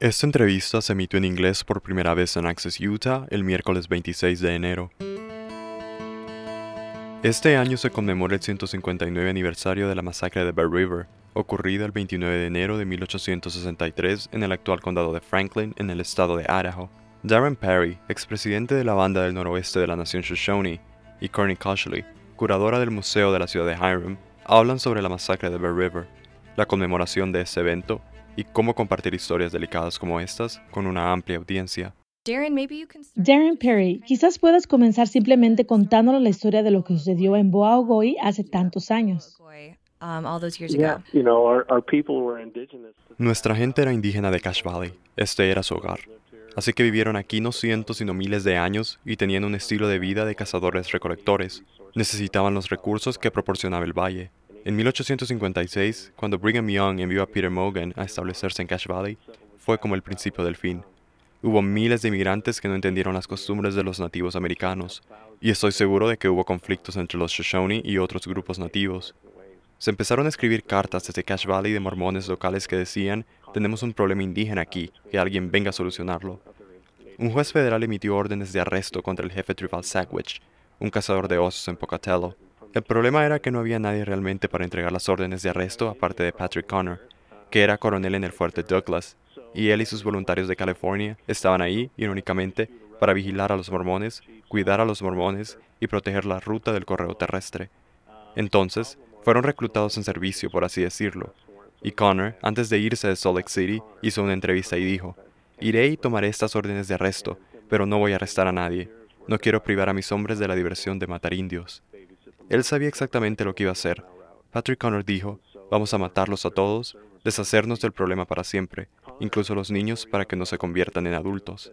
Esta entrevista se emitió en inglés por primera vez en Access Utah el miércoles 26 de enero. Este año se conmemora el 159 aniversario de la masacre de Bear River, ocurrida el 29 de enero de 1863 en el actual condado de Franklin, en el estado de Idaho. Darren Perry, expresidente de la Banda del Noroeste de la Nación Shoshone, y Courtney Coshley, curadora del Museo de la ciudad de Hiram, hablan sobre la masacre de Bear River, la conmemoración de este evento y cómo compartir historias delicadas como estas con una amplia audiencia. Darren Perry, quizás puedas comenzar simplemente contándonos la historia de lo que sucedió en Boa Ogoy hace tantos años. Nuestra gente era indígena de Cache Valley, este era su hogar. Así que vivieron aquí no cientos sino miles de años y tenían un estilo de vida de cazadores-recolectores. Necesitaban los recursos que proporcionaba el valle. En 1856, cuando Brigham Young envió a Peter Morgan a establecerse en Cache Valley, fue como el principio del fin. Hubo miles de inmigrantes que no entendieron las costumbres de los nativos americanos, y estoy seguro de que hubo conflictos entre los Shoshone y otros grupos nativos. Se empezaron a escribir cartas desde Cache Valley de mormones locales que decían: tenemos un problema indígena aquí, que alguien venga a solucionarlo. Un juez federal emitió órdenes de arresto contra el jefe tribal Sandwich, un cazador de osos en Pocatello. El problema era que no había nadie realmente para entregar las órdenes de arresto aparte de Patrick Connor, que era coronel en el fuerte Douglas, y él y sus voluntarios de California estaban ahí, irónicamente, para vigilar a los mormones, cuidar a los mormones y proteger la ruta del correo terrestre. Entonces, fueron reclutados en servicio, por así decirlo, y Connor, antes de irse de Salt Lake City, hizo una entrevista y dijo: iré y tomaré estas órdenes de arresto, pero no voy a arrestar a nadie. No quiero privar a mis hombres de la diversión de matar indios. Él sabía exactamente lo que iba a hacer. Patrick Connor dijo: vamos a matarlos a todos, deshacernos del problema para siempre, incluso los niños, para que no se conviertan en adultos.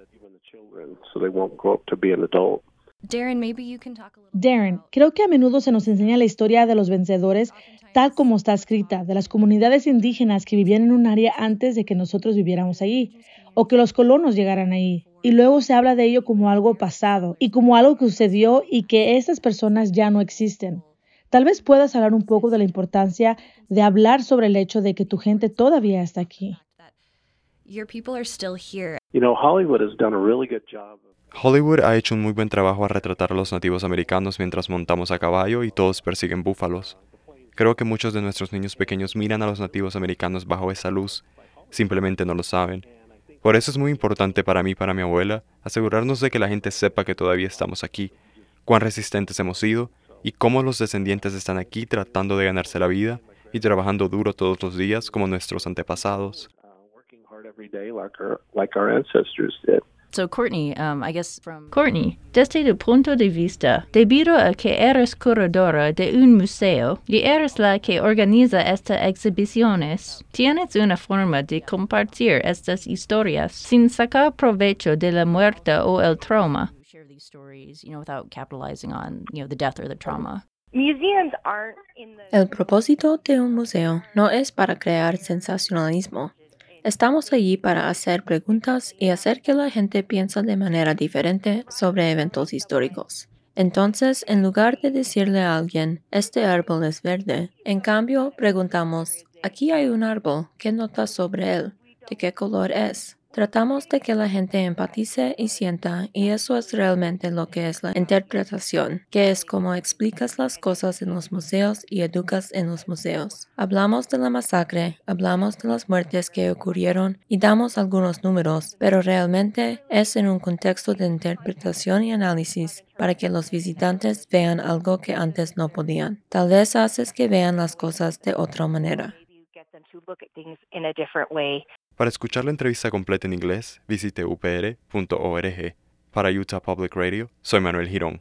Darren, creo que a menudo se nos enseña la historia de los vencedores tal como está escrita, de las comunidades indígenas que vivían en un área antes de que nosotros viviéramos allí, o que los colonos llegaran ahí. Y luego se habla de ello como algo pasado y como algo que sucedió y que esas personas ya no existen. Tal vez puedas hablar un poco de la importancia de hablar sobre el hecho de que tu gente todavía está aquí. Hollywood ha hecho un muy buen trabajo a retratar a los nativos americanos mientras montamos a caballo y todos persiguen búfalos. Creo que muchos de nuestros niños pequeños miran a los nativos americanos bajo esa luz. Simplemente no lo saben. Por eso es muy importante para mí y para mi abuela asegurarnos de que la gente sepa que todavía estamos aquí, cuán resistentes hemos sido y cómo los descendientes están aquí tratando de ganarse la vida y trabajando duro todos los días como nuestros antepasados. Courtney, desde tu punto de vista, debido a que eres curadora de un museo y eres la que organiza estas exhibiciones, ¿tienes una forma de compartir estas historias sin sacar provecho de la muerte o el trauma? El propósito de un museo no es para crear sensacionalismo. Estamos allí para hacer preguntas y hacer que la gente piense de manera diferente sobre eventos históricos. Entonces, en lugar de decirle a alguien: este árbol es verde, en cambio preguntamos: aquí hay un árbol, ¿qué notas sobre él? ¿De qué color es? Tratamos de que la gente empatice y sienta, y eso es realmente lo que es la interpretación, que es cómo explicas las cosas en los museos y educas en los museos. Hablamos de la masacre, hablamos de las muertes que ocurrieron y damos algunos números, pero realmente es en un contexto de interpretación y análisis para que los visitantes vean algo que antes no podían. Tal vez haces que vean las cosas de otra manera. Para escuchar la entrevista completa en inglés, visite upr.org. Para Utah Public Radio, soy Manuel Girón.